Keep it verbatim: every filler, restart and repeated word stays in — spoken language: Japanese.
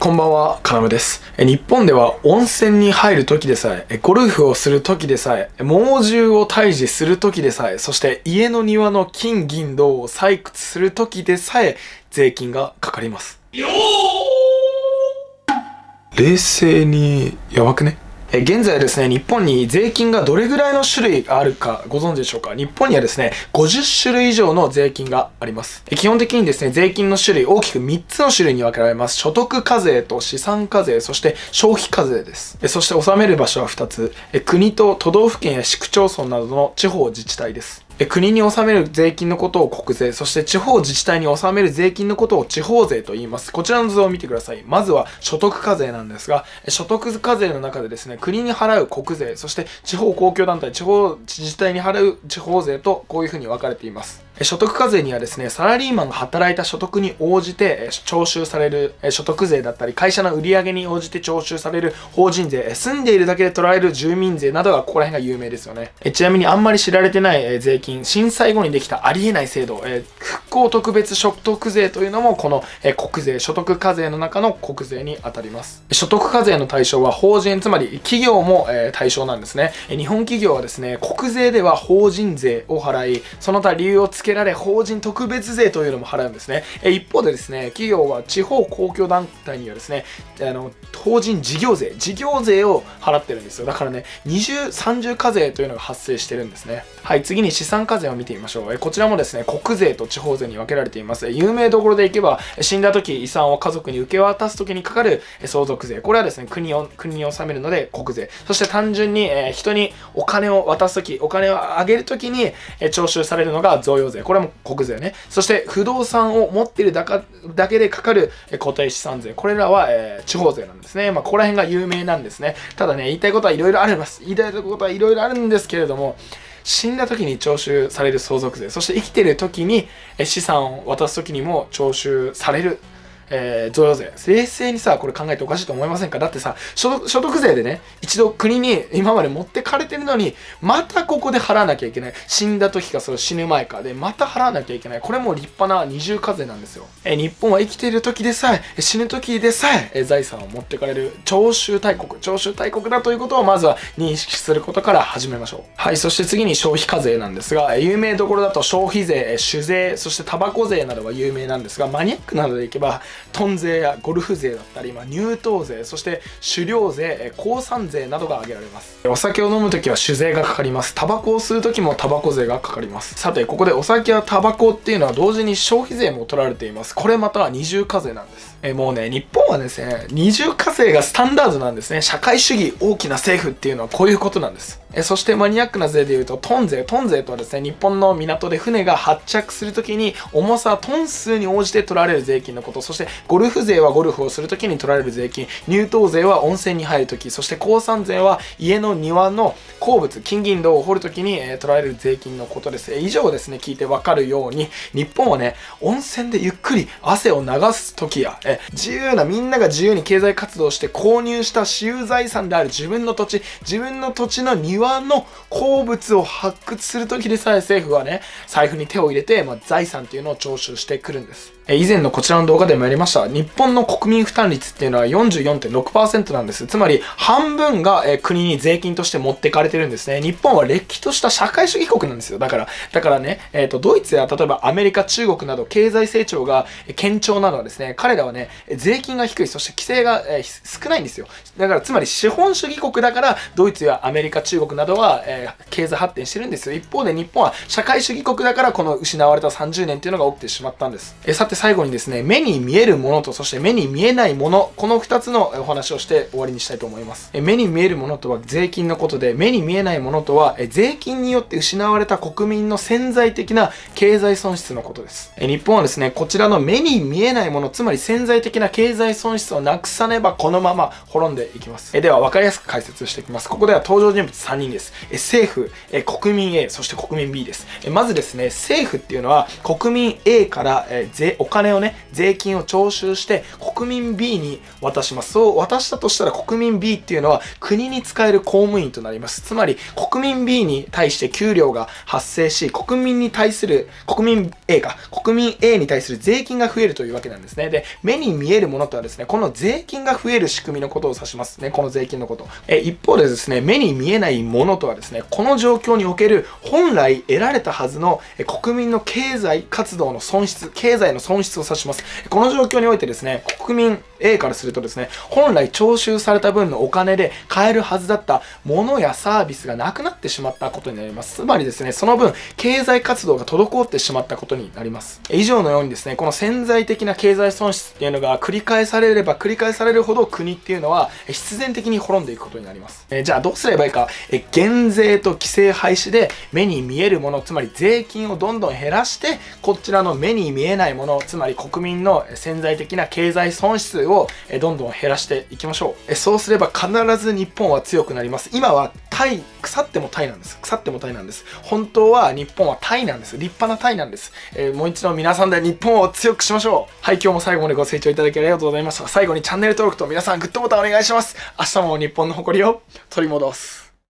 こんばんは、かなむです。日本では温泉に入る時でさえ、ゴルフをする時でさえ、猛獣を退治する時でさえ、そして家の庭の金銀銅を採掘する時でさえ、税金がかかります。冷静に、やばくね？現在ですね、日本に税金がどれぐらいの種類があるかご存知でしょうか？日本にはですね、ごじゅっしゅるい以上の税金があります。基本的にですね、税金の種類、大きくみっつの種類に分けられます。所得課税と資産課税、そして消費課税です。そして納める場所はふたつ。国と都道府県や市区町村などの地方自治体です。国に納める税金のことを国税、そして地方自治体に納める税金のことを地方税と言います。こちらの図を見てください。まずは所得課税なんですが、所得課税の中でですね、国に払う国税、そして地方公共団体、地方自治体に払う地方税とこういうふうに分かれています。所得課税にはですね、サラリーマンが働いた所得に応じて徴収される所得税だったり、会社の売上に応じて徴収される法人税、住んでいるだけで取られる住民税などがここら辺が有名ですよね。ちなみにあんまり知られてない税金、震災後にできたありえない制度、復興特別所得税というのもこの国税、所得課税の中の国税に当たります。所得課税の対象は法人、つまり企業も対象なんですね。日本企業はですね、国税では法人税を払い、その他理由をつけられ法人特別税というのも払うんですね。一方でですね、企業は地方公共団体にはですね、あの法人事業税、事業税を払ってるんですよ。だからね、二重三重課税というのが発生してるんですね。はい、次に資産課税を見てみましょう。こちらもですね、国税と地方税に分けられています。有名どころでいけば、死んだ時遺産を家族に受け渡す時にかかる相続税、これはですね、国を国に納めるので国税。そして単純に、えー、人にお金を渡す時、お金をあげる時に、えー、徴収されるのが贈与税、これも国税ね。そして不動産を持っているだかだけでかかる固定資産税、これらは、えー、地方税なんですね。まあ、ここら辺が有名なんですね。ただね、言いたいことはいろいろあります。言いたいことはいろいろあるんですけれども、死んだ時に徴収される相続税、そして生きている時に資産を渡す時にも徴収されるえー、贈与税。冷静にさ、これ考えておかしいと思いませんか？だってさ、所得、所得税でね、一度国に今まで持ってかれてるのに、またここで払わなきゃいけない。死んだ時か、それ死ぬ前かで、また払わなきゃいけない。これも立派な二重課税なんですよ。えー、日本は生きている時でさえ、死ぬ時でさえ、えー、財産を持ってかれる徴収大国、徴収大国だということをまずは認識することから始めましょう。はい、そして次に消費課税なんですが、有名どころだと消費税、酒税、そしてタバコ税などが有名なんですが、マニアックなどでいけば、トン税やゴルフ税だったり、まあ、入湯税、そして酒料税、鉱産税などが挙げられます。お酒を飲むときは酒税がかかります。タバコを吸うときもタバコ税がかかります。さて、ここでお酒やタバコっていうのは同時に消費税も取られています。これまたは二重課税なんです。えもうね、日本はですね、二重課税がスタンダードなんですね。社会主義大きな政府っていうのはこういうことなんです。えそしてマニアックな税でいうとトン税。トン税とはですね、日本の港で船が発着するときに重さトン数に応じて取られる税金のこと。そしてゴルフ税はゴルフをするときに取られる税金。入湯税は温泉に入るとき。そして鉱産税は家の庭の鉱物、金銀銅を掘るときに、えー、取られる税金のことです。え以上ですね、聞いてわかるように、日本はね、温泉でゆっくり汗を流すときや、え自由な、みんなが自由に経済活動して購入した私有財産である自分の土地、自分の土地の庭の鉱物を発掘するときでさえ政府はね、財布に手を入れて、まあ、財産というのを徴収してくるんです。以前のこちらの動画でもやりました。日本の国民負担率っていうのは よんじゅうよんてんろくパーセント なんです。つまり半分が国に税金として持ってかれてるんですね。日本はれっきとした社会主義国なんですよ。だから、だからね、えっと、ドイツや例えばアメリカ、中国など経済成長が堅調なのはですね、彼らはね、税金が低い、そして規制が少ないんですよ。だからつまり資本主義国だから、ドイツやアメリカ、中国などは、えー、経済発展してるんですよ。一方で日本は社会主義国だから、この失われたさんじゅうねんっていうのが起きてしまったんです。えー、さて最後にですね、目に見えるものとそして目に見えないもの、このふたつのお話をして終わりにしたいと思います。え目に見えるものとは税金のことで、目に見えないものとはえ税金によって失われた国民の潜在的な経済損失のことです。え日本はですね、こちらの目に見えないもの、つまり潜在的な経済損失をなくさねばこのまま滅んでいきます。えでは分かりやすく解説していきます。ここでは登場人物さんにんです。え政府、え国民 A、そして国民 B です。えまずですね、政府っていうのは国民 A からえ税お金をね、税金を徴収して国民 B に渡します。そう渡したとしたら国民 B っていうのは国に使える公務員となります。つまり国民 B に対して給料が発生し、国民に対する、国民 A か、国民 A に対する税金が増えるというわけなんですね。で、目に見えるものとはですね、この税金が増える仕組みのことを指しますね。この税金のこと。え、一方でですね、目に見えないものとはですね、この状況における本来得られたはずのえ国民の経済活動の損失、経済の損失を指します。この状況においてですね、国民 A からするとですね、本来徴収された分のお金で買えるはずだったものやサービスがなくなってしまったことになります。つまりですね、その分、経済活動が滞ってしまったことになります。以上のようにですね、この潜在的な経済損失っていうのが繰り返されれば繰り返されるほど国っていうのは必然的に滅んでいくことになります。えじゃあどうすればいいか。え減税と規制廃止で目に見えるもの、つまり税金をどんどん減らして、こちらの目に見えないもの、つまり国民の潜在的な経済損失をどんどん減らしていきましょう。そうすれば必ず日本は強くなります。今はタイ、腐ってもタイなんです。腐ってもタイなんです。本当は日本はタイなんです。立派なタイなんです。えー、もう一度皆さんで日本を強くしましょう。はい、今日も最後までご清聴いただきありがとうございました。最後にチャンネル登録と皆さんグッドボタンお願いします。明日も日本の誇りを取り戻す。